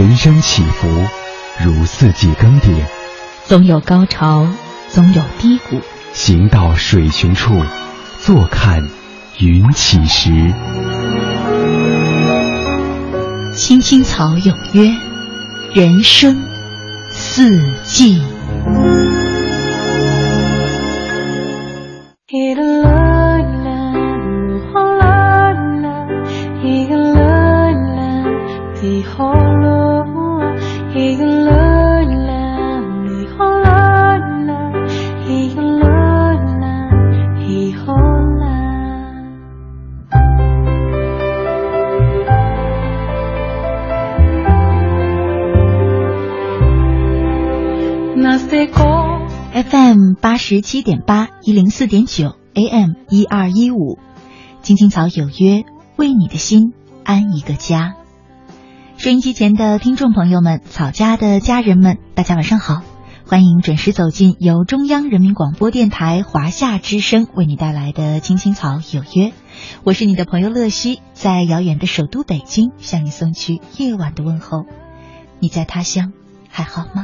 人生起伏如四季更迭， 总有高潮，总有低谷。 行到水穷处，坐看云起时。 青青草有约，人生四季。FM 87.8 104.9 AM 1215，青青草有约，为你的心安一个家。收音机前的听众朋友们，草家的家人们，大家晚上好，欢迎准时走进由中央人民广播电台华夏之声为你带来的青青草有约。我是你的朋友乐西，在遥远的首都北京向你送去夜晚的问候。你在他乡还好吗？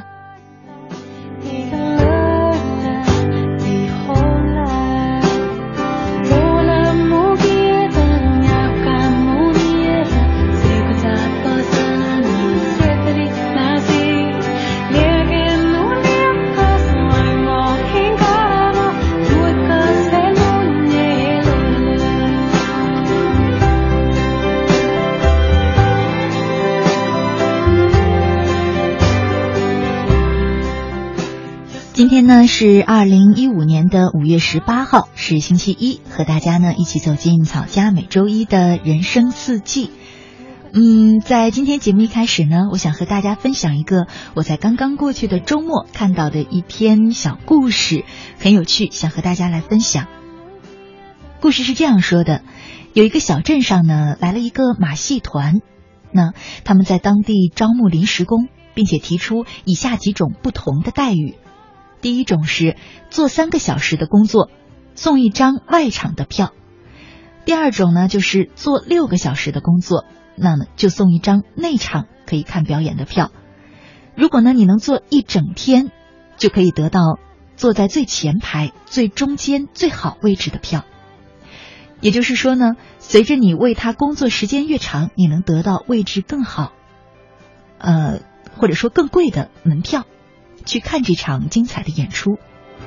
今天呢是2015年的5月18号，是星期一，和大家呢一起走进草家每周一的人生四季。在今天节目一开始呢，我想和大家分享一个我在刚刚过去的周末看到的一篇小故事，很有趣，想和大家来分享。故事是这样说的，有一个小镇上呢来了一个马戏团，那他们在当地招募临时工，并且提出以下几种不同的待遇。第一种是做3个小时的工作，送一张外场的票。第二种呢，就是做6个小时的工作，那么就送一张内场可以看表演的票。如果呢你能做一整天，就可以得到坐在最前排、最中间、最好位置的票。也就是说呢，随着你为他工作时间越长，你能得到位置更好，或者说更贵的门票，去看这场精彩的演出。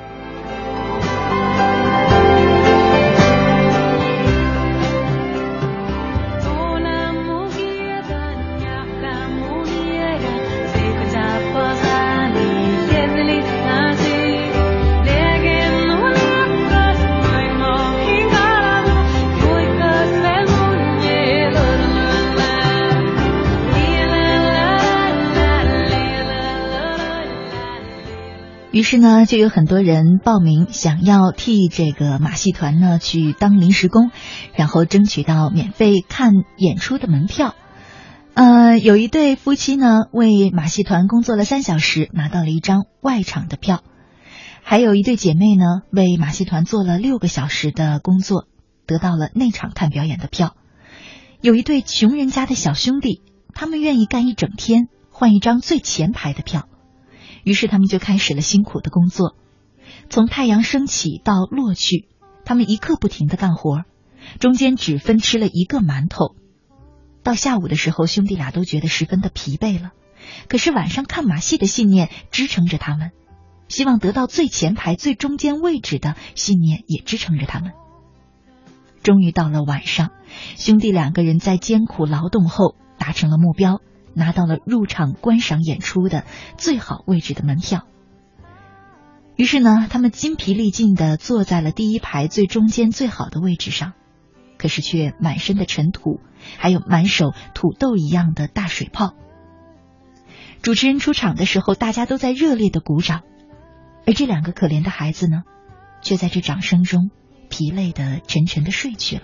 于是呢，就有很多人报名，想要替这个马戏团呢去当临时工，然后争取到免费看演出的门票。有一对夫妻呢为马戏团工作了3小时，拿到了一张外场的票。还有一对姐妹呢为马戏团做了6个小时的工作，得到了内场看表演的票。有一对穷人家的小兄弟，他们愿意干一整天，换一张最前排的票。于是他们就开始了辛苦的工作，从太阳升起到落去，他们一刻不停地干活，中间只分吃了1个馒头。到下午的时候，兄弟俩都觉得十分的疲惫了，可是晚上看马戏的信念支撑着他们，希望得到最前排、最中间位置的信念也支撑着他们。终于到了晚上，兄弟2个人在艰苦劳动后达成了目标，拿到了入场观赏演出的最好位置的门票。于是呢，他们筋疲力尽地坐在了第1排最中间最好的位置上，可是却满身的尘土，还有满手土豆一样的大水泡。主持人出场的时候，大家都在热烈地鼓掌，而这2个可怜的孩子呢，却在这掌声中疲累地沉沉地睡去了。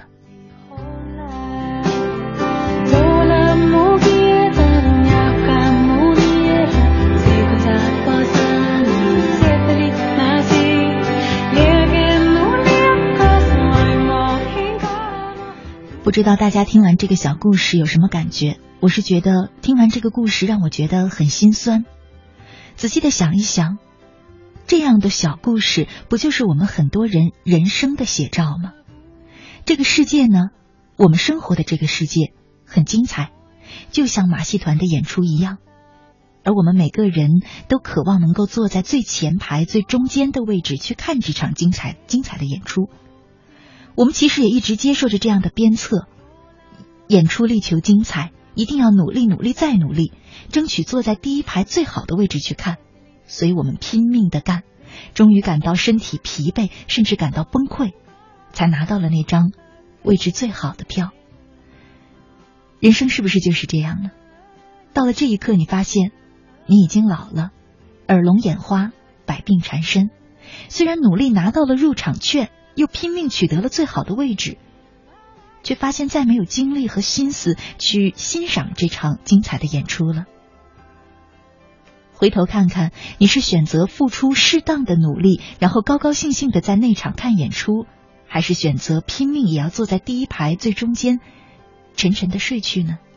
不知道大家听完这个小故事有什么感觉？ 我是觉得听完这个故事让我觉得很心酸。仔细的想一想，这样的小故事不就是我们很多人人生的写照吗？这个世界呢，我们生活的这个世界很精彩，就像马戏团的演出一样，而我们每个人都渴望能够坐在最前排最中间的位置去看这场精彩的演出。我们其实也一直接受着这样的鞭策，演出力求精彩，一定要努力再努力，争取坐在第一排最好的位置去看。所以我们拼命地干，终于感到身体疲惫，甚至感到崩溃，才拿到了那张位置最好的票。人生是不是就是这样呢？到了这一刻，你发现你已经老了，耳聋眼花，百病缠身。虽然努力拿到了入场券，又拼命取得了最好的位置，却发现再没有精力和心思去欣赏这场精彩的演出了。回头看看，你是选择付出适当的努力，然后高高兴兴的在那场看演出，还是选择拼命也要坐在第一排最中间，沉沉的睡去呢？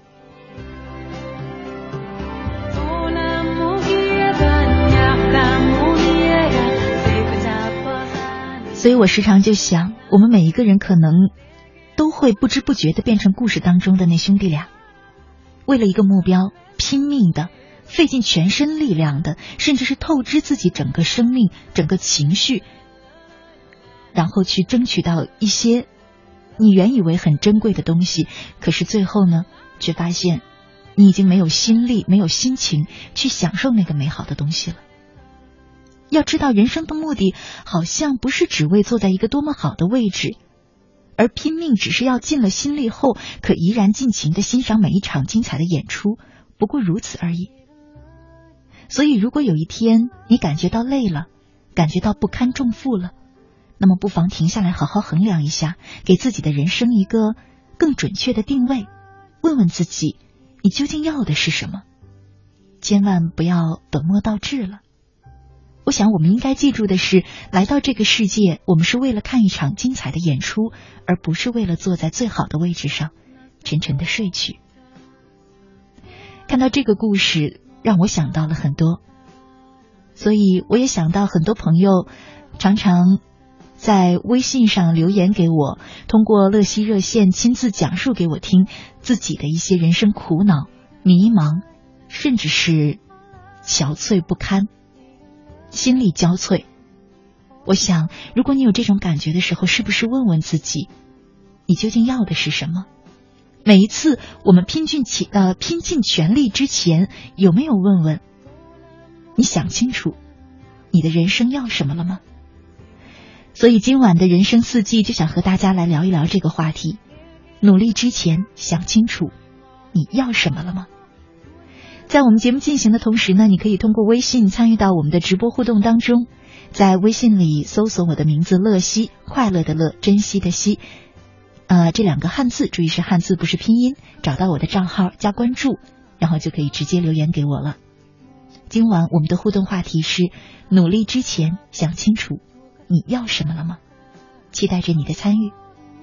所以我时常就想，我们每一个人可能都会不知不觉地变成故事当中的那兄弟俩，为了一个目标拼命的，费尽全身力量的，甚至是透支自己整个生命整个情绪，然后去争取到一些你原以为很珍贵的东西，可是最后呢，却发现你已经没有心力没有心情去享受那个美好的东西了。要知道，人生的目的好像不是只为坐在一个多么好的位置，而拼命只是要尽了心力后，可怡然尽情地欣赏每一场精彩的演出，不过如此而已。所以如果有一天你感觉到累了，感觉到不堪重负了，那么不妨停下来好好衡量一下，给自己的人生一个更准确的定位，问问自己，你究竟要的是什么？千万不要本末倒置了。我想我们应该记住的是，来到这个世界，我们是为了看一场精彩的演出，而不是为了坐在最好的位置上沉沉的睡去。看到这个故事让我想到了很多，所以我也想到很多朋友常常在微信上留言给我，通过乐西热线亲自讲述给我听自己的一些人生苦恼、迷茫，甚至是憔悴不堪，心力交瘁。我想如果你有这种感觉的时候，是不是问问自己，你究竟要的是什么？每一次我们拼尽全力之前，有没有问问你想清楚你的人生要什么了吗？所以今晚的人生四季就想和大家来聊一聊这个话题，努力之前想清楚你要什么了吗？在我们节目进行的同时呢，你可以通过微信参与到我们的直播互动当中，在微信里搜索我的名字乐西，快乐的乐，珍惜的惜，这两个汉字，注意是汉字不是拼音，找到我的账号加关注，然后就可以直接留言给我了。今晚我们的互动话题是努力之前想清楚你要什么了吗？期待着你的参与。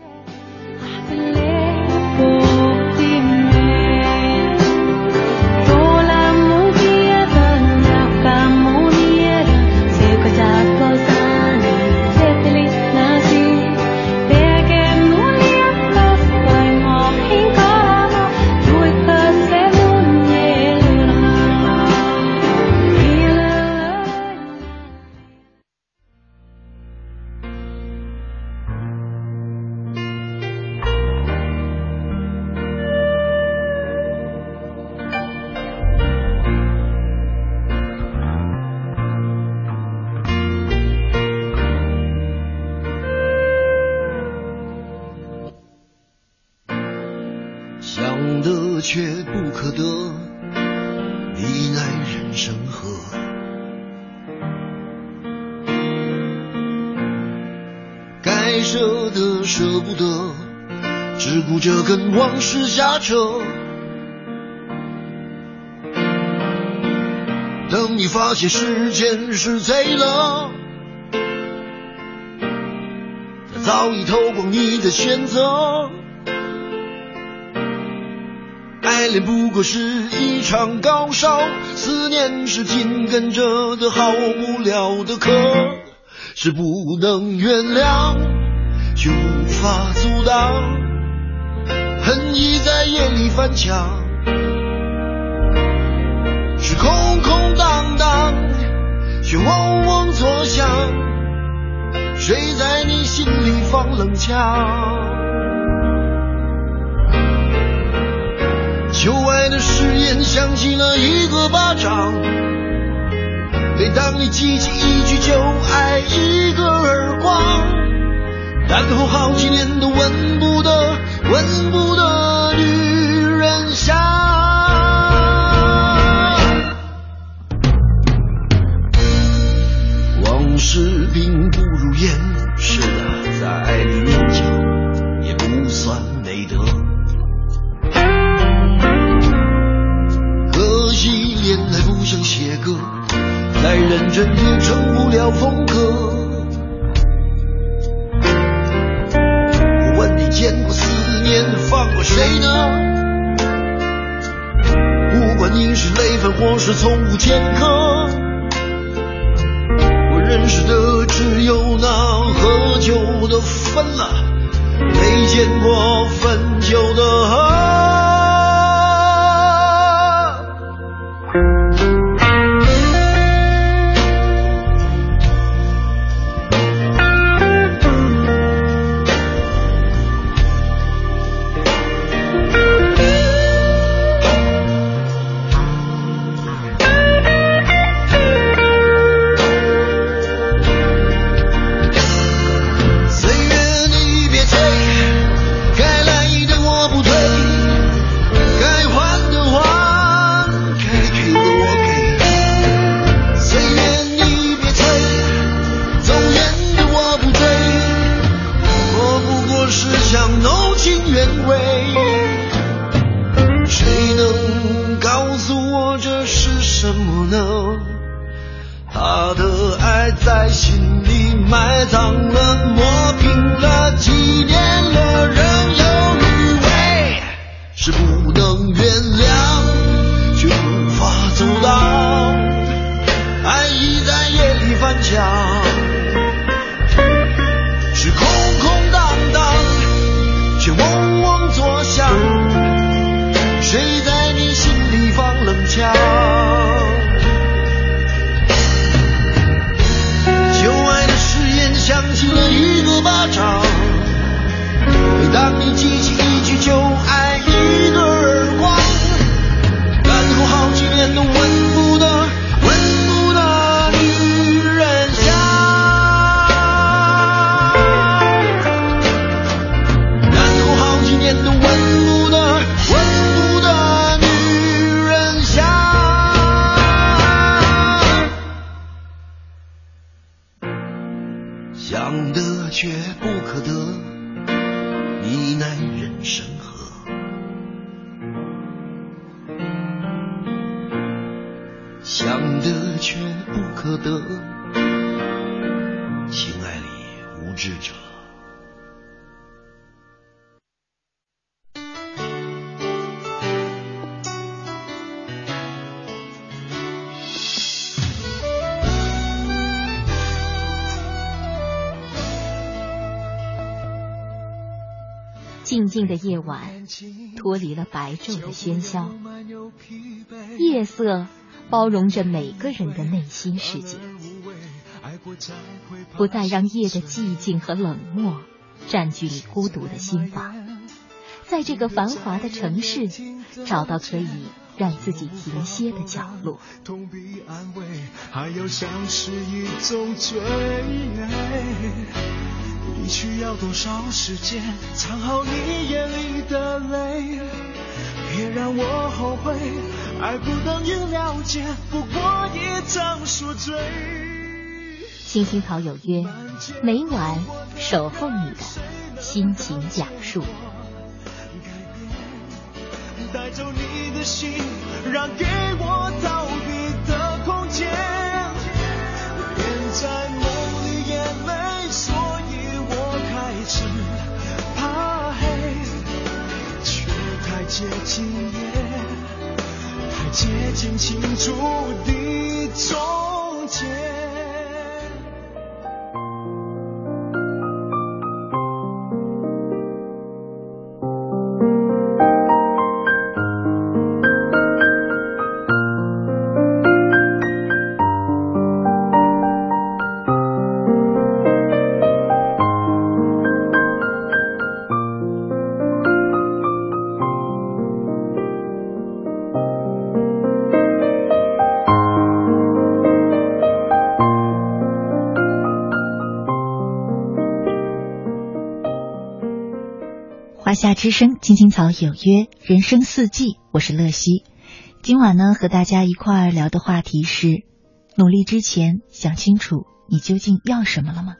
却不可得，你奈人生何？该舍的舍不得，只顾着跟往事瞎扯。等你发现时间是贼了，它早已偷光你的选择。爱爱恋不过是一场高烧，思念是紧跟着的好不了的课，是不能原谅却无法阻挡，恨意在夜里翻墙，是空空荡荡却嗡嗡作响，谁在你心里放冷枪？旧爱的誓言响起了一个巴掌，每当你记起一句就爱一个耳光，然后好几年都闻不得女人香。往事并不如烟，是的，在爱里念旧也不算美德，可惜恋爱不像写歌，再认真也成不了风格。我问你见过思念放过谁呢？不管你是累犯或是从无前科，我认识的只有那喝酒的分了，没见过分酒的静静的夜晚，脱离了白昼的喧嚣，夜色包容着每个人的内心世界，不再让夜的寂静和冷漠占据你孤独的心房，在这个繁华的城市找到可以让自己停歇的角落。 痛比安慰还要像是一种罪，你需要多少时间藏好你眼里的泪，别让我后悔，爱不等于了解，不过一场宿醉。 青青草有约，每晚守候你的心情讲述， 带走你的心，让给我逃避的空间，连在梦里眼泪，所以我开始怕黑，却太接近夜。 接近清楚的从前。 华夏之声，青青草有约，人生四季，我是乐西。今晚呢，和大家一块儿聊的话题是：努力之前想清楚你究竟要什么了吗？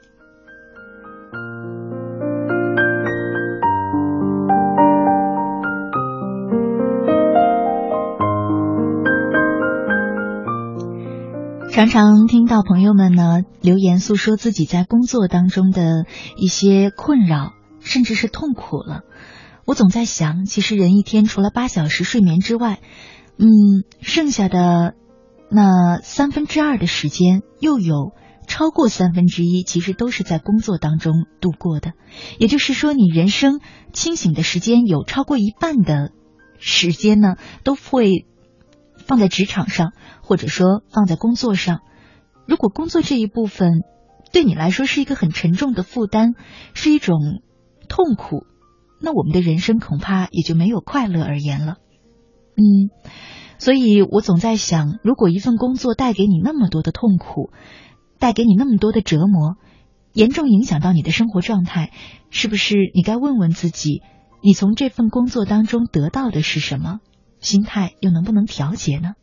常常听到朋友们呢留言诉说自己在工作当中的一些困扰，甚至是痛苦了。我总在想，其实人一天除了8小时睡眠之外，剩下的那2/3的时间，又有超过1/3，其实都是在工作当中度过的。也就是说，你人生清醒的时间有超过1半的时间呢，都会放在职场上，或者说放在工作上。如果工作这一部分对你来说是一个很沉重的负担，是一种痛苦，那我们的人生恐怕也就没有快乐而言了。所以我总在想，如果一份工作带给你那么多的痛苦，带给你那么多的折磨，严重影响到你的生活状态，是不是你该问问自己，你从这份工作当中得到的是什么？心态又能不能调节呢？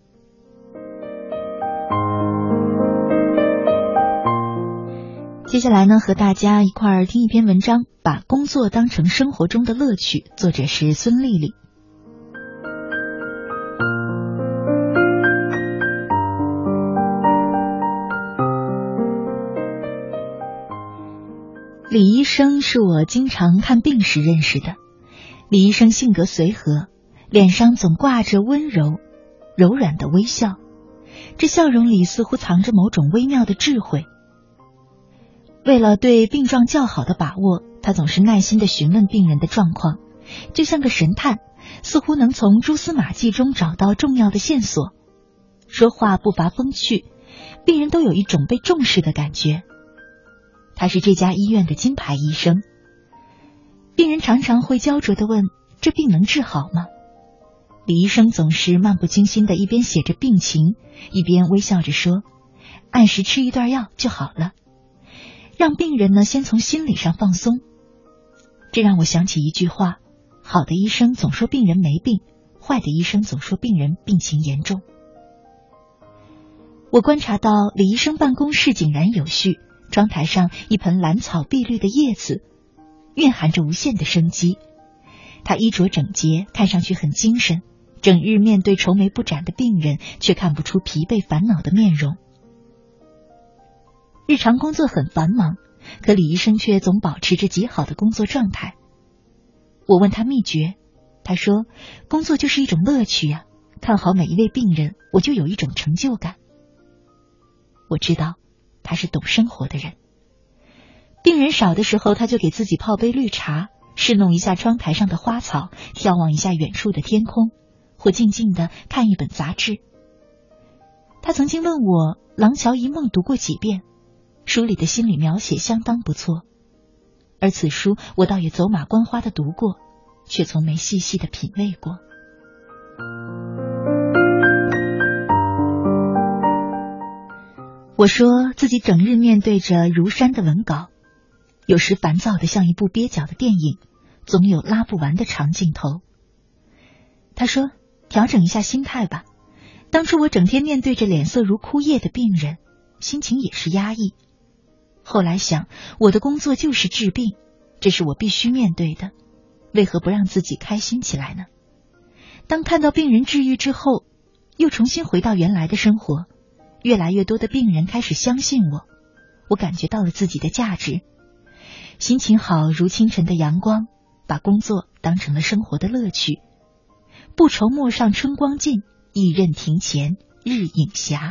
接下来呢，和大家一块儿听一篇文章，把工作当成生活中的乐趣，作者是孙丽丽。李医生是我经常看病时认识的。李医生性格随和，脸上总挂着温柔柔软的微笑，这笑容里似乎藏着某种微妙的智慧。为了对病状较好的把握，他总是耐心地询问病人的状况，就像个神探，似乎能从蛛丝马迹中找到重要的线索。说话不乏风趣，病人都有一种被重视的感觉。他是这家医院的金牌医生。病人常常会焦灼地问，这病能治好吗？李医生总是漫不经心地一边写着病情，一边微笑着说，按时吃一段药就好了，让病人呢先从心理上放松。这让我想起一句话，好的医生总说病人没病，坏的医生总说病人病情严重。我观察到李医生办公室井然有序，窗台上一盆蓝草碧绿的叶子蕴含着无限的生机。他衣着整洁，看上去很精神，整日面对愁眉不展的病人，却看不出疲惫烦恼的面容。日常工作很繁忙，可李医生却总保持着极好的工作状态。我问他秘诀，他说，工作就是一种乐趣呀，看好每一位病人，我就有一种成就感。我知道他是懂生活的人。病人少的时候，他就给自己泡杯绿茶，侍弄一下窗台上的花草，眺望一下远处的天空，或静静地看一本杂志。他曾经问我《廊桥遗梦》读过几遍，书里的心理描写相当不错，而此书我倒也走马观花地读过，却从没细细地品味过。我说自己整日面对着如山的文稿，有时烦躁得像一部蹩脚的电影，总有拉不完的长镜头。他说，调整一下心态吧，当初我整天面对着脸色如枯叶的病人，心情也是压抑。后来想，我的工作就是治病，这是我必须面对的，为何不让自己开心起来呢？当看到病人治愈之后，又重新回到原来的生活，越来越多的病人开始相信我，我感觉到了自己的价值。心情好如清晨的阳光，把工作当成了生活的乐趣。不愁陌上春光尽， 一任庭前日影斜。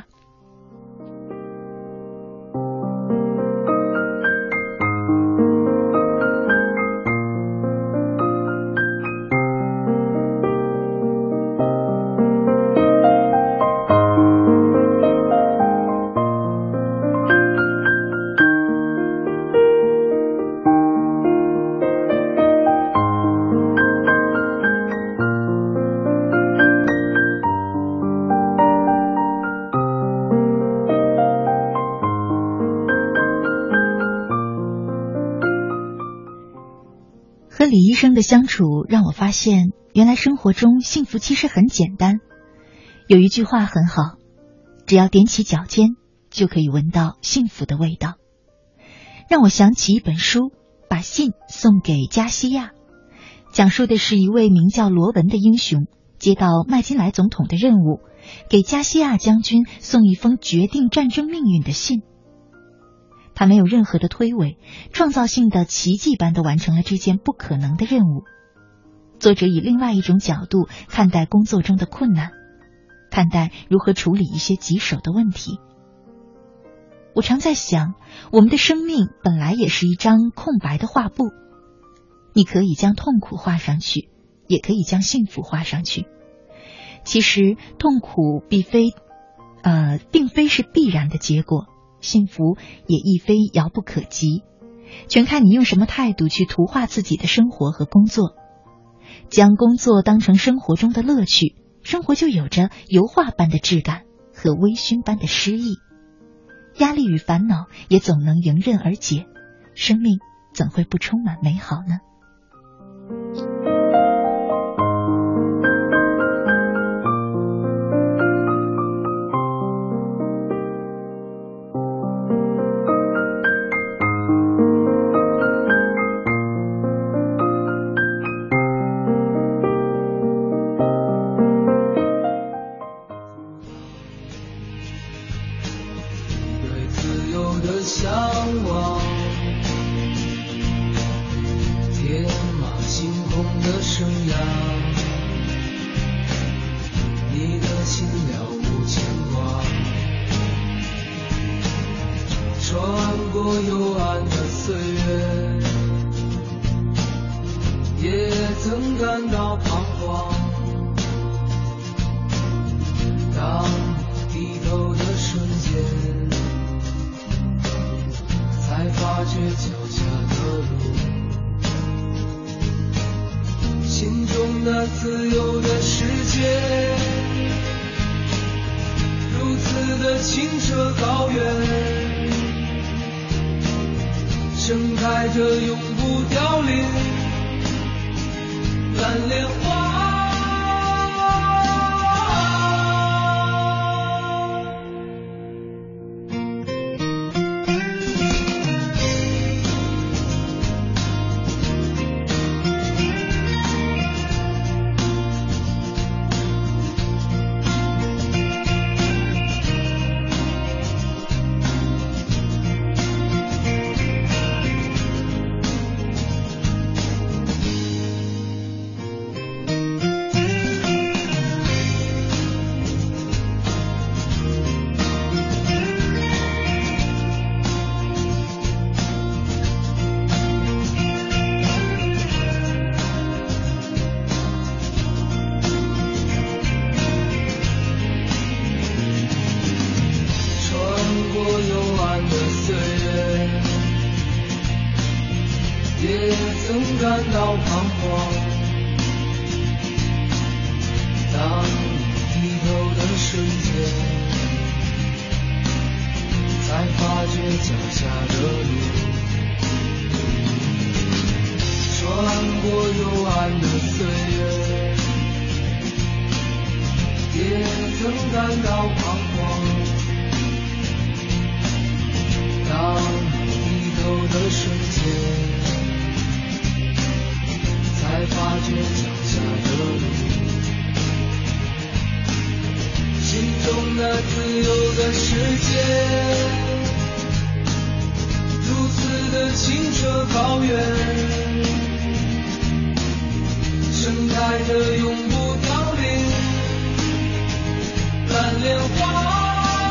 和李医生的相处让我发现，原来生活中幸福其实很简单。有一句话很好，只要踮起脚尖就可以闻到幸福的味道。让我想起一本书，把信送给加西亚，讲述的是一位名叫罗文的英雄接到麦金莱总统的任务，给加西亚将军送一封决定战争命运的信。他没有任何的推诿，创造性的奇迹般的完成了这件不可能的任务。作者以另外一种角度看待工作中的困难，看待如何处理一些棘手的问题。我常在想，我们的生命本来也是一张空白的画布，你可以将痛苦画上去，也可以将幸福画上去。其实痛苦并非是必然的结果，幸福也亦非遥不可及，全看你用什么态度去图画自己的生活和工作。将工作当成生活中的乐趣，生活就有着油画般的质感和微醺般的诗意。压力与烦恼也总能迎刃而解，生命怎会不充满美好呢？ 变化。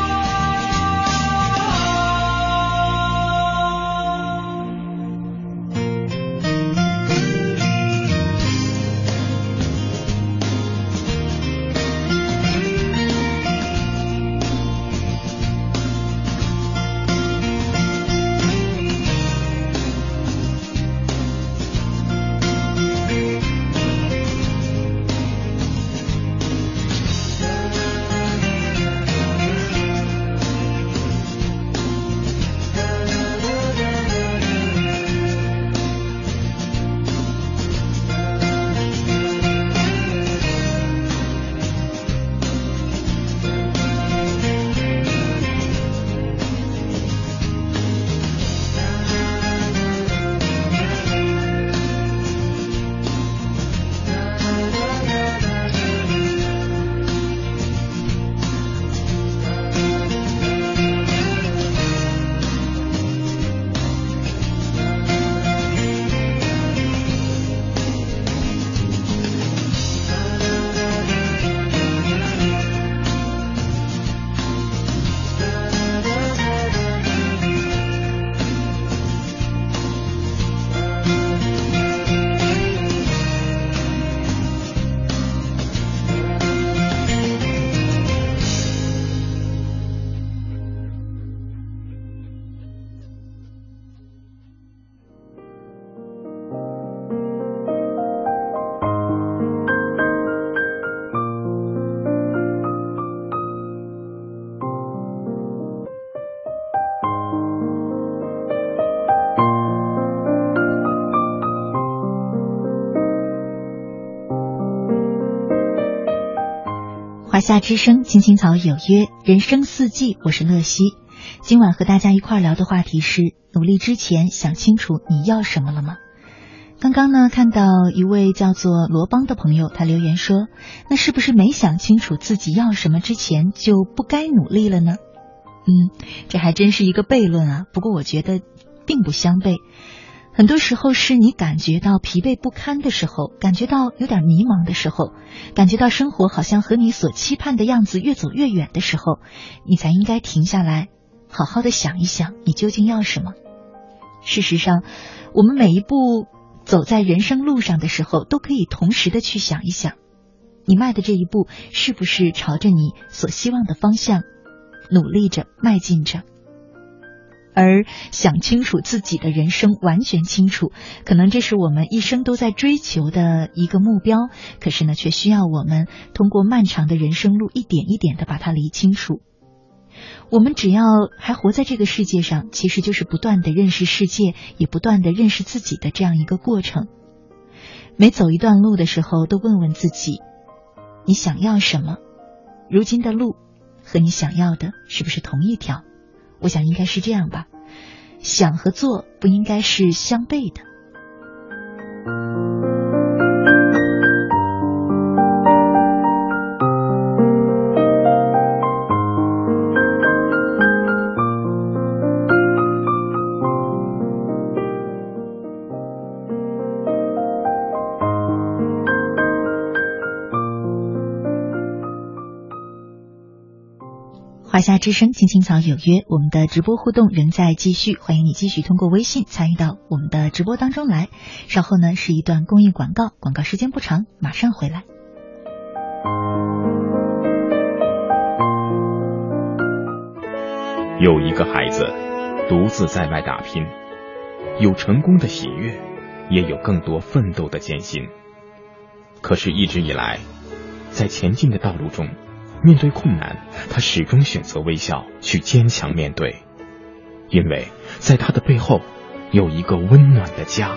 华夏之声，青青草有约，人生四季，我是乐西。今晚和大家一块聊的话题是：努力之前想清楚你要什么了吗？刚刚呢，看到一位叫做罗邦的朋友，他留言说，那是不是没想清楚自己要什么之前就不该努力了呢？这还真是一个悖论啊。不过我觉得并不相悖。很多时候是你感觉到疲惫不堪的时候，感觉到有点迷茫的时候，感觉到生活好像和你所期盼的样子越走越远的时候，你才应该停下来，好好的想一想你究竟要什么。事实上，我们每一步走在人生路上的时候，都可以同时的去想一想，你迈的这一步是不是朝着你所希望的方向努力着迈进着。而想清楚自己的人生，完全清楚，可能这是我们一生都在追求的一个目标，可是呢，却需要我们通过漫长的人生路一点一点的把它理清楚。我们只要还活在这个世界上，其实就是不断的认识世界，也不断的认识自己的这样一个过程。每走一段路的时候，都问问自己，你想要什么？如今的路和你想要的是不是同一条？我想应该是这样吧，想和做不应该是相悖的。华夏之声，青青草有约，我们的直播互动仍在继续，欢迎你继续通过微信参与到我们的直播当中来。稍后呢是一段公益广告，广告时间不长，马上回来。 有一个孩子独自在外打拼，有成功的喜悦，也有更多奋斗的艰辛。可是一直以来，在前进的道路中，面对困难，他始终选择微笑，去坚强面对，因为在他的背后有一个温暖的家。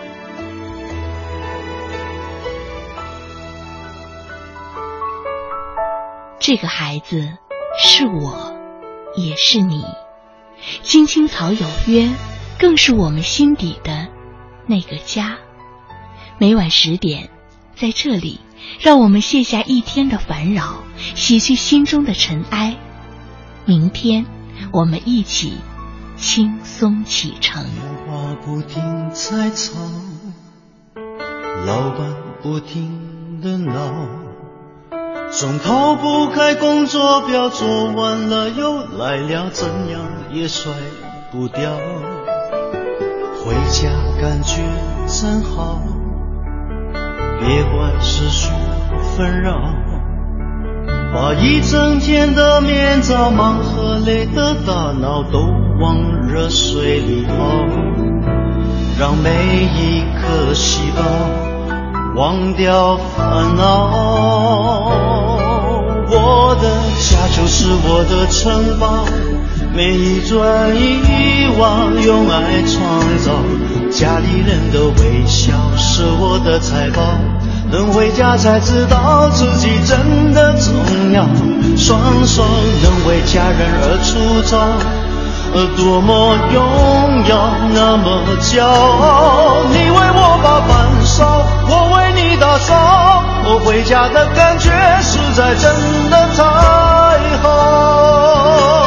这个孩子是我，也是你。青青草有约，更是我们心底的那个家。每晚10点，在这里，让我们卸下一天的烦扰，洗去心中的尘埃。明天，我们一起轻松启程。 电话不停在吵，老板不停地闹， 总逃不开工作表，做完了又来了，怎样也甩不掉。回家感觉真好，别管世俗纷扰，把一整天的面罩、忙和累的大脑都往热水里泡，让每一颗细胞忘掉烦恼。我的家就是我的城堡，每一砖一瓦用爱创造，家里人的微笑是我的财宝，能回家才知道自己真的重要，双手能为家人而出招，多么荣耀，那么骄傲。你为我把饭烧，我为你打扫，我回家的感觉实在真的太好。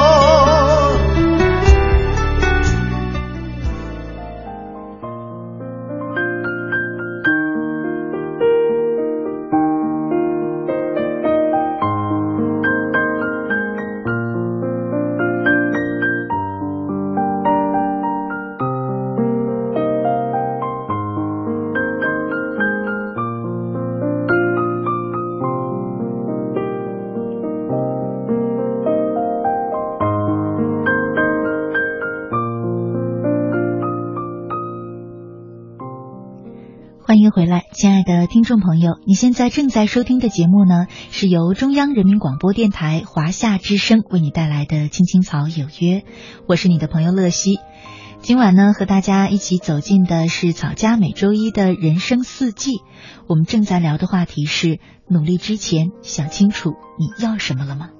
欢迎回来，亲爱的听众朋友，你现在正在收听的节目呢，是由中央人民广播电台华夏之声为你带来的青青草有约，我是你的朋友乐西。今晚呢，和大家一起走进的是草家每周一的人生四季，我们正在聊的话题是努力之前想清楚你要什么了吗？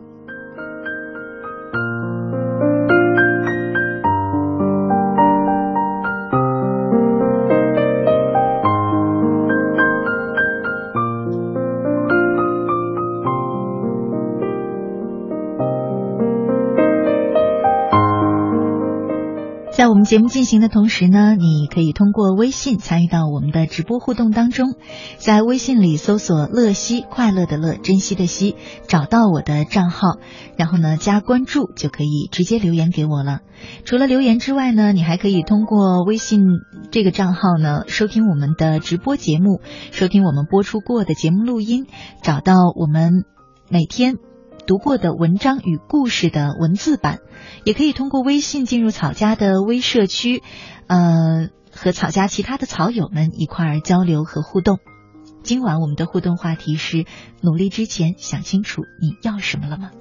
在我们节目进行的同时呢，你可以通过微信参与到我们的直播互动当中，在微信里搜索乐西，快乐的乐，珍惜的惜，找到我的账号，然后呢加关注，就可以直接留言给我了。除了留言之外呢，你还可以通过微信这个账号呢收听我们的直播节目，收听我们播出过的节目录音，找到我们每天读过的文章与故事的文字版，也可以通过微信进入草家的微社区，和草家其他的草友们一块儿交流和互动。今晚我们的互动话题是：努力之前想清楚你要什么了吗？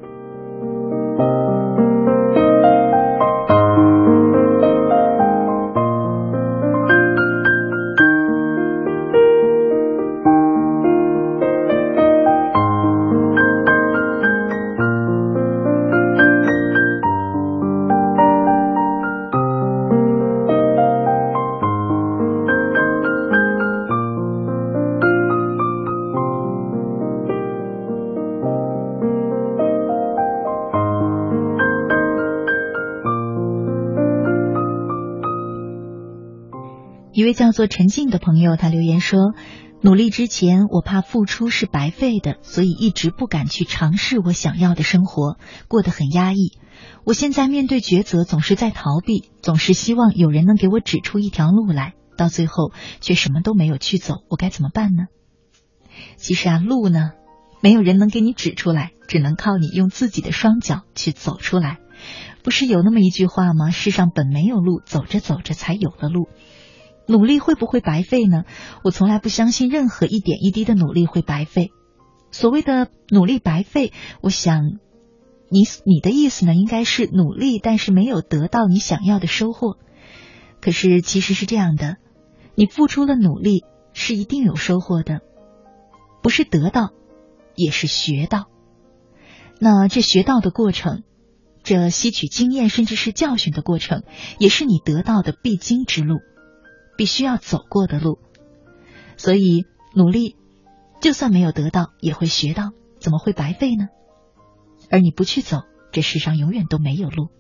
一位叫做陈静的朋友，他留言说，努力之前我怕付出是白费的，所以一直不敢去尝试我想要的生活，过得很压抑。我现在面对抉择总是在逃避，总是希望有人能给我指出一条路来，到最后却什么都没有去走，我该怎么办呢？其实啊，路呢，没有人能给你指出来，只能靠你用自己的双脚去走出来。不是有那么一句话吗？世上本没有路，走着走着才有了路。努力会不会白费呢？我从来不相信任何一点一滴的努力会白费。所谓的努力白费，我想你的意思呢，应该是努力但是没有得到你想要的收获。可是其实是这样的，你付出了努力是一定有收获的，不是得到也是学到。那这学到的过程，这吸取经验甚至是教训的过程，也是你得到的必经之路，必须要走过的路。所以努力就算没有得到也会学到，怎么会白费呢？而你不去走，这世上永远都没有路。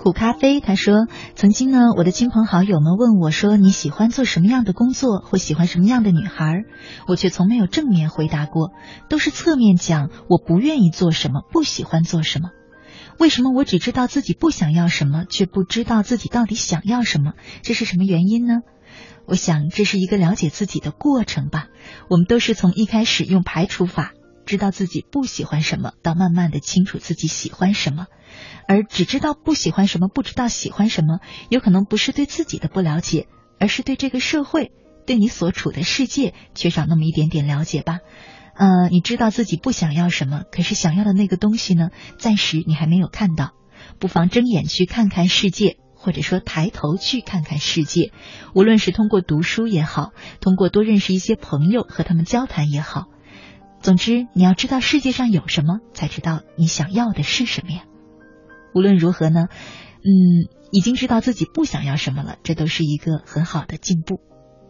苦咖啡他说，曾经呢，我的亲朋好友们问我说，你喜欢做什么样的工作，或喜欢什么样的女孩，我却从没有正面回答过，都是侧面讲我不愿意做什么，不喜欢做什么。为什么我只知道自己不想要什么，却不知道自己到底想要什么？这是什么原因呢？我想这是一个了解自己的过程吧。我们都是从一开始用排除法，知道自己不喜欢什么，到慢慢的清楚自己喜欢什么。而只知道不喜欢什么，不知道喜欢什么，有可能不是对自己的不了解，而是对这个社会，对你所处的世界缺少那么一点点了解吧。你知道自己不想要什么，可是想要的那个东西呢，暂时你还没有看到，不妨睁眼去看看世界，或者说抬头去看看世界。无论是通过读书也好，通过多认识一些朋友和他们交谈也好，总之你要知道世界上有什么，才知道你想要的是什么呀。无论如何呢，已经知道自己不想要什么了，这都是一个很好的进步。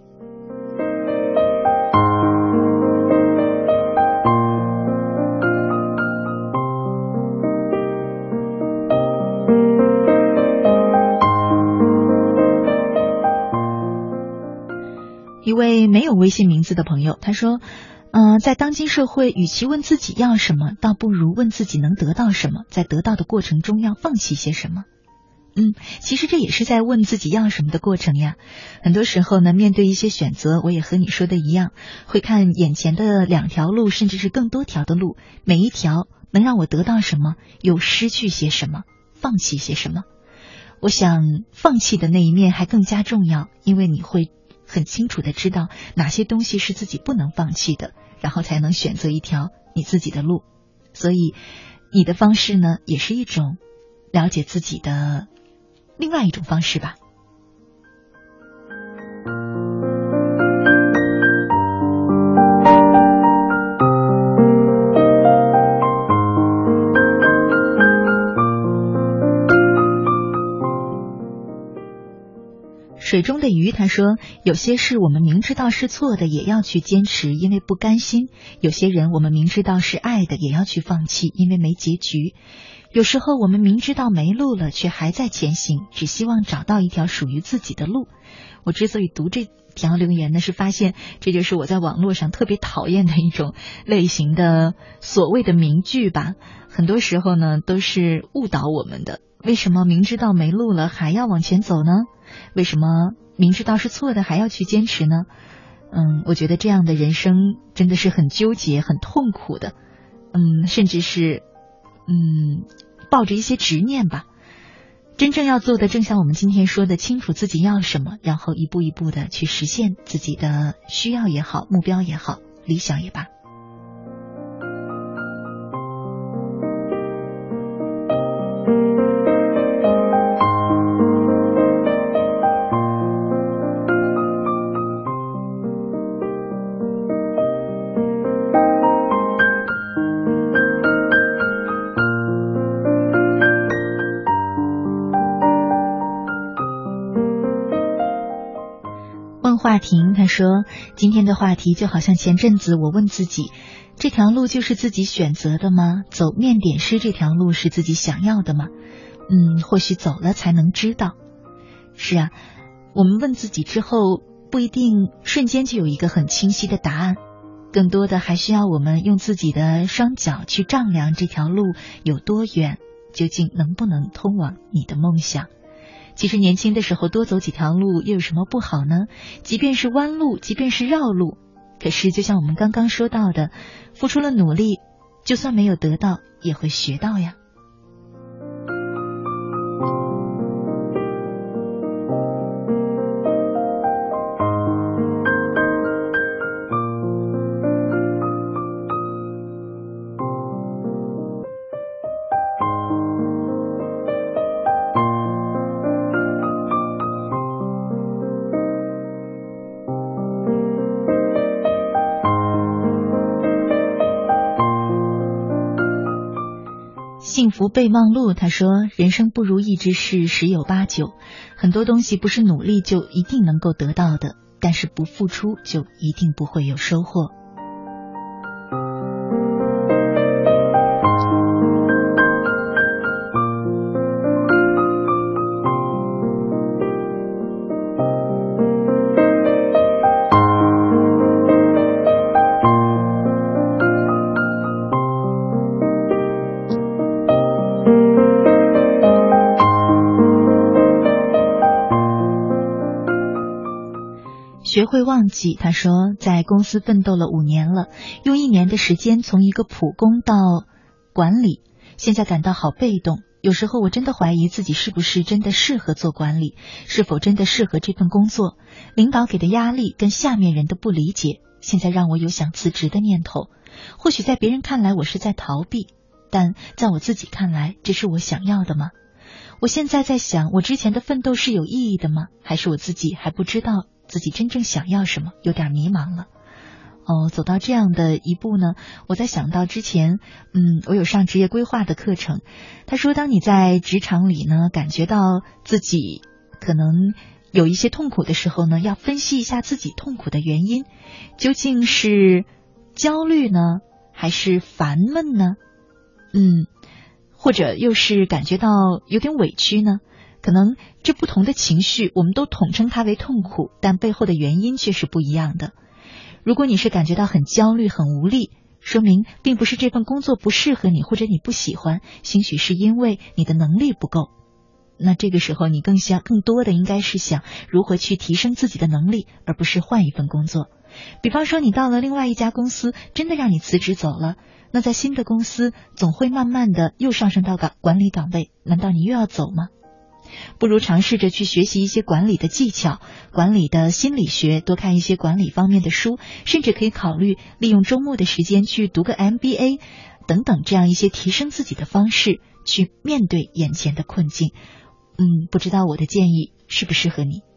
一位没有微信名字的朋友他说，在当今社会，与其问自己要什么，倒不如问自己能得到什么，在得到的过程中要放弃些什么。其实这也是在问自己要什么的过程呀。很多时候呢，面对一些选择，我也和你说的一样，会看眼前的2条路，甚至是更多条的路，每一条能让我得到什么，又失去些什么，放弃些什么。我想放弃的那一面还更加重要，因为你会很清楚的知道哪些东西是自己不能放弃的，然后才能选择一条你自己的路。所以你的方式呢，也是一种了解自己的另外一种方式吧。水中的鱼他说，有些事我们明知道是错的也要去坚持，因为不甘心；有些人我们明知道是爱的也要去放弃，因为没结局。有时候我们明知道没路了，却还在前行，只希望找到一条属于自己的路。我之所以读这条留言呢，是发现这就是我在网络上特别讨厌的一种类型的所谓的名句吧。很多时候呢，都是误导我们的。为什么明知道没路了还要往前走呢？为什么明知道是错的还要去坚持呢？我觉得这样的人生真的是很纠结很痛苦的，甚至是抱着一些执念吧。真正要做的，正像我们今天说的，清楚自己要什么，然后一步一步的去实现自己的需要也好，目标也好，理想也罢。话题他说，今天的话题就好像前阵子我问自己，这条路就是自己选择的吗？走面点师这条路是自己想要的吗？或许走了才能知道。是啊，我们问自己之后，不一定瞬间就有一个很清晰的答案，更多的还需要我们用自己的双脚去丈量这条路有多远，究竟能不能通往你的梦想。其实年轻的时候多走几条路又有什么不好呢？即便是弯路，即便是绕路，可是就像我们刚刚说到的，付出了努力，就算没有得到也会学到呀。幸福备忘录他说，人生不如意之事十有八九，很多东西不是努力就一定能够得到的，但是不付出就一定不会有收获。 学会忘记，他说在公司奋斗了5年了，用1年的时间从一个普工到管理，现在感到好被动。有时候我真的怀疑自己是不是真的适合做管理，是否真的适合这份工作。领导给的压力跟下面人的不理解，现在让我有想辞职的念头。或许在别人看来我是在逃避，但在我自己看来，这是我想要的吗？我现在在想，我之前的奋斗是有意义的吗？还是我自己还不知道自己真正想要什么，有点迷茫了。走到这样的一步呢，我在想到之前我有上职业规划的课程，他说当你在职场里呢感觉到自己可能有一些痛苦的时候呢，要分析一下自己痛苦的原因，究竟是焦虑呢，还是烦闷呢？或者又是感觉到有点委屈呢？可能这不同的情绪我们都统称它为痛苦，但背后的原因却是不一样的。如果你是感觉到很焦虑很无力，说明并不是这份工作不适合你，或者你不喜欢，兴许是因为你的能力不够。那这个时候你更多的应该是想如何去提升自己的能力，而不是换一份工作。比方说你到了另外一家公司，真的让你辞职走了，那在新的公司总会慢慢的又上升到管理岗位，难道你又要走吗？不如尝试着去学习一些管理的技巧，管理的心理学，多看一些管理方面的书，甚至可以考虑利用周末的时间去读个 MBA 等等，这样一些提升自己的方式去面对眼前的困境。不知道我的建议适不适合你。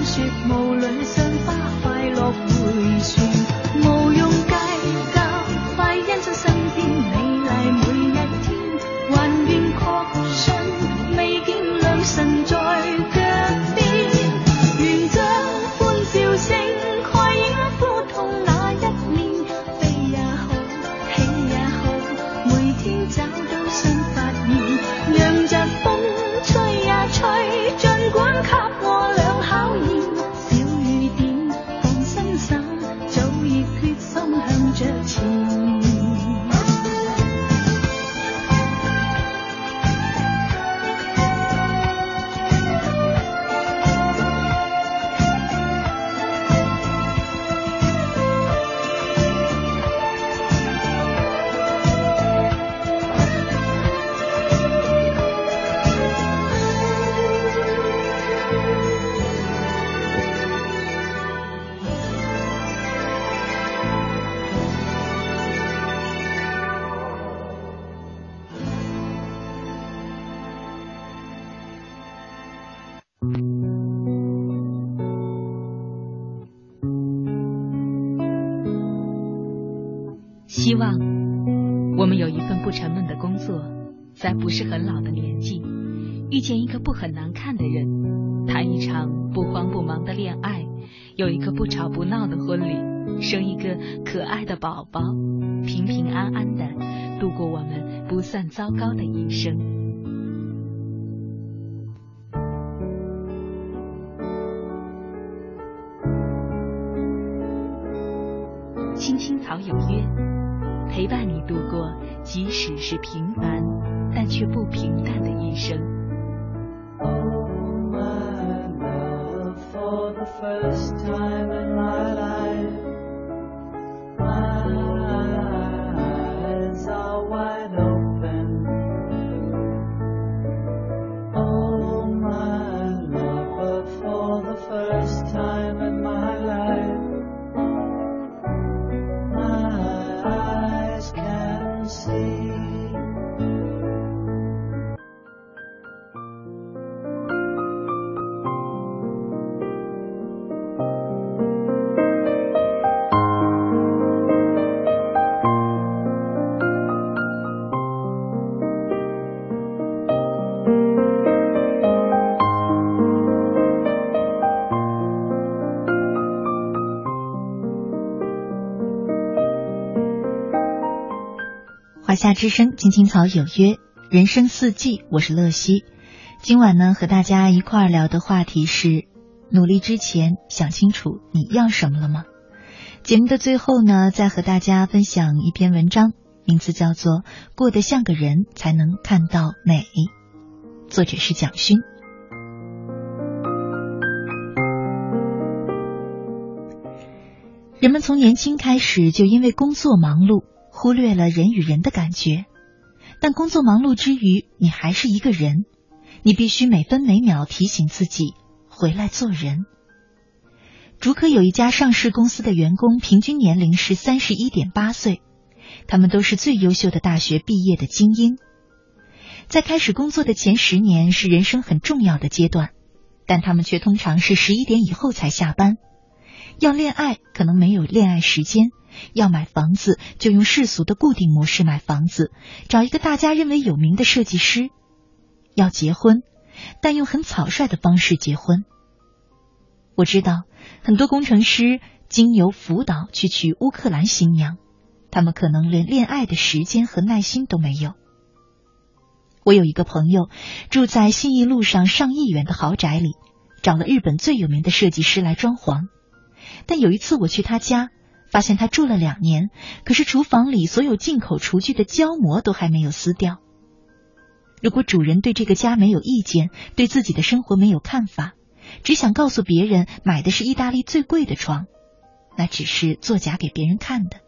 無論傷花快樂回旋，無用計較希望我们有一份不沉闷的工作，在不是很老的年纪，遇见一个不很难看的人，谈一场不慌不忙的恋爱，有一个不吵不闹的婚礼，生一个可爱的宝宝，平平安安的度过我们不算糟糕的一生。青青草有约，陪伴你度过即使是平凡但却不平淡的一生。 Oh my love, for the first time in my life, my eyes are wide open. Oh my love, for the first time in my life, my eyes can see. 华夏之声，青青草有约，人生四季，我是乐西。今晚呢，和大家一块儿聊的话题是：努力之前想清楚你要什么了吗？节目的最后呢，再和大家分享一篇文章，名字叫做《过得像个人才能看到美》，作者是蒋勋。人们从年轻开始就因为工作忙碌，忽略了人与人的感觉，但工作忙碌之余，你还是一个人，你必须每分每秒提醒自己回来做人。竹科有一家上市公司的员工平均年龄是31.8岁，他们都是最优秀的大学毕业的精英。在开始工作的前10年是人生很重要的阶段，但他们却通常是11点以后才下班。要恋爱可能没有恋爱时间，要买房子就用世俗的固定模式买房子，找一个大家认为有名的设计师。要结婚，但用很草率的方式结婚。我知道很多工程师经由辅导去娶乌克兰新娘，他们可能连恋爱的时间和耐心都没有。我有一个朋友住在信义路上上亿元的豪宅里，找了日本最有名的设计师来装潢。但有一次我去他家，发现他住了2年，可是厨房里所有进口厨具的胶膜都还没有撕掉。如果主人对这个家没有意见，对自己的生活没有看法，只想告诉别人买的是意大利最贵的床，那只是作假给别人看的。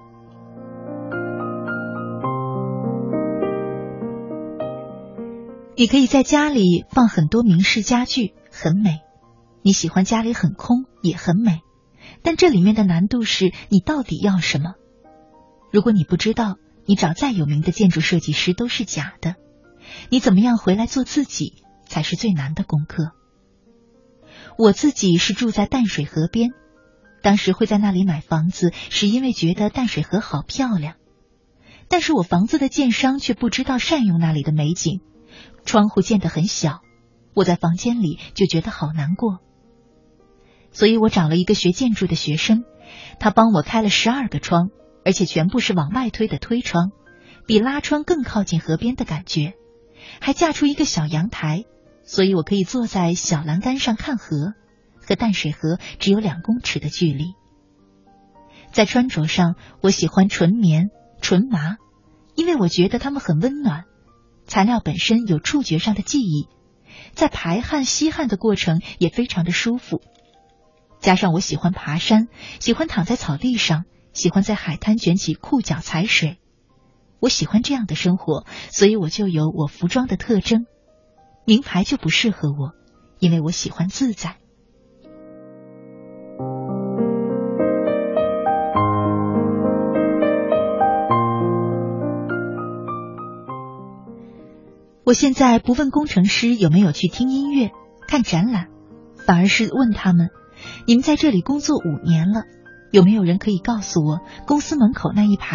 你可以在家里放很多名式家具，很美。你喜欢家里很空，也很美。但这里面的难度是你到底要什么？如果你不知道，你找再有名的建筑设计师都是假的。你怎么样回来做自己，才是最难的功课。我自己是住在淡水河边，当时会在那里买房子，是因为觉得淡水河好漂亮。但是我房子的建商却不知道善用那里的美景，窗户建得很小，我在房间里就觉得好难过。所以我找了一个学建筑的学生，他帮我开了12个窗，而且全部是往外推的推窗，比拉窗更靠近河边的感觉，还架出一个小阳台，所以我可以坐在小栏杆上看河，和淡水河只有2公尺的距离。在穿着上，我喜欢纯棉、纯麻，因为我觉得它们很温暖，材料本身有触觉上的记忆，在排汗吸汗的过程也非常的舒服。加上我喜欢爬山，喜欢躺在草地上，喜欢在海滩卷起裤脚踩水。我喜欢这样的生活，所以我就有我服装的特征。名牌就不适合我，因为我喜欢自在。我现在不问工程师有没有去听音乐、看展览，反而是问他们，你们在这里工作5年了，有没有人可以告诉我公司门口那一排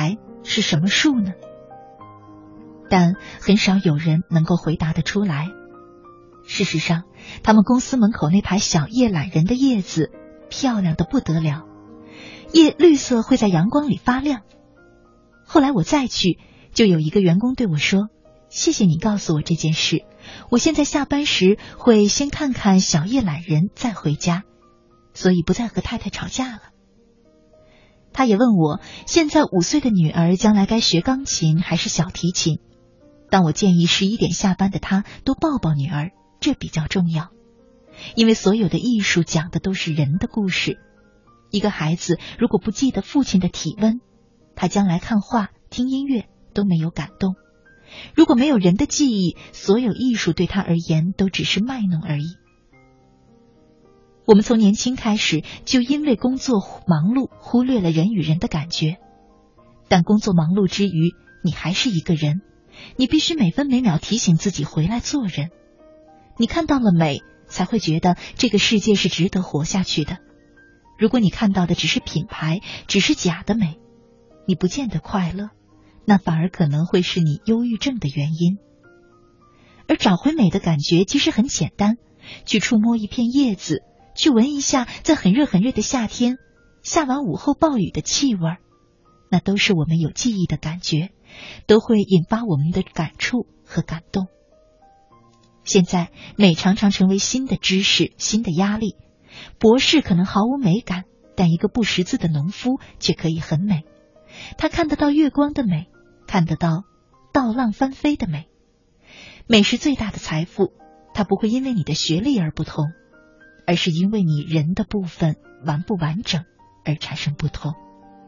是什么树呢？但很少有人能够回答得出来。事实上，他们公司门口那排小叶懒人的叶子漂亮得不得了，叶绿色会在阳光里发亮。后来我再去，就有一个员工对我说，谢谢你告诉我这件事，我现在下班时会先看看小叶懒人再回家，所以不再和太太吵架了。他也问我，现在5岁的女儿将来该学钢琴还是小提琴，但我建议11点下班的他多抱抱女儿，这比较重要。因为所有的艺术讲的都是人的故事，一个孩子如果不记得父亲的体温，他将来看画听音乐都没有感动。如果没有人的记忆，所有艺术对他而言都只是卖弄而已。我们从年轻开始就因为工作忙碌忽略了人与人的感觉，但工作忙碌之余，你还是一个人，你必须每分每秒提醒自己回来做人。你看到了美，才会觉得这个世界是值得活下去的。如果你看到的只是品牌，只是假的美，你不见得快乐，那反而可能会是你忧郁症的原因。而找回美的感觉其实很简单，去触摸一片叶子，去闻一下在很热很热的夏天下完午后暴雨的气味，那都是我们有记忆的感觉，都会引发我们的感触和感动。现在美常常成为新的知识，新的压力。博士可能毫无美感，但一个不识字的农夫却可以很美。他看得到月光的美，看得到稻浪翻飞的美。美是最大的财富，它不会因为你的学历而不同，而是因为你人的部分完不完整而产生不同。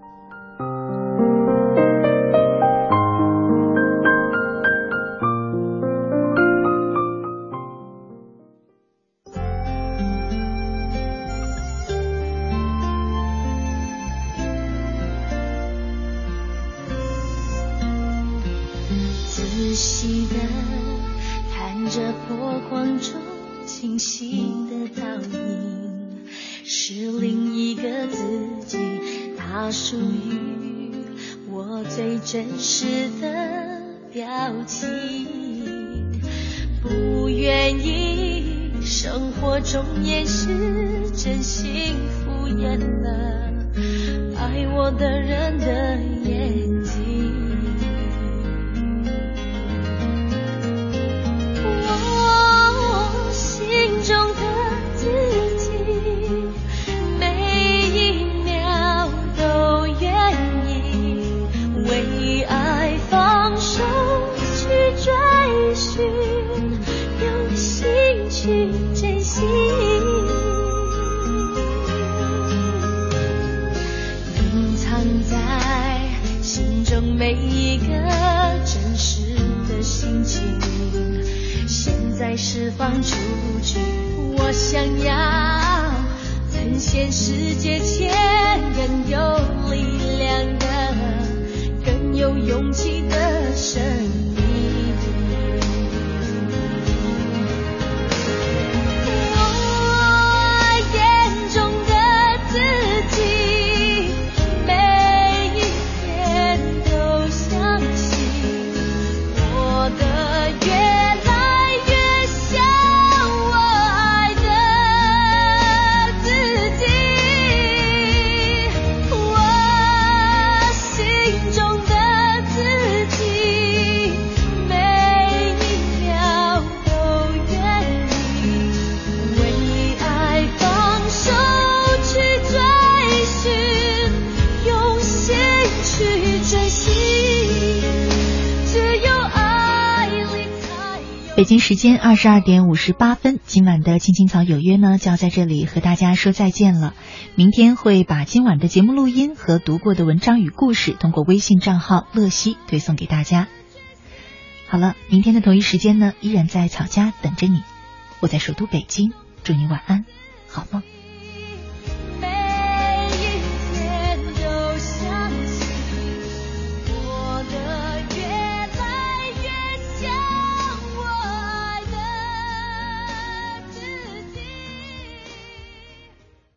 仔细地看着波光中清晰的倒影，是另一个自己，它属于我最真实的表情。不愿意生活中掩饰真心敷衍了爱我的人的眼睛。每一个真实的心情，现在释放出去。我想要呈现世界前更有力量的、更有勇气的生命。我眼中的自己，每一天都相信我的越来越像我爱的自己。我心中的自己，每一秒都愿意为爱放手去追寻，用心去珍惜，只有爱里才有。 北京时间22点58分，今晚的青青草有约呢，就要在这里和大家说再见了。明天会把今晚的节目录音和读过的文章与故事通过微信账号乐西推送给大家。好了，明天的同一时间呢，依然在草家等着你。我在首都北京，祝你晚安，好梦。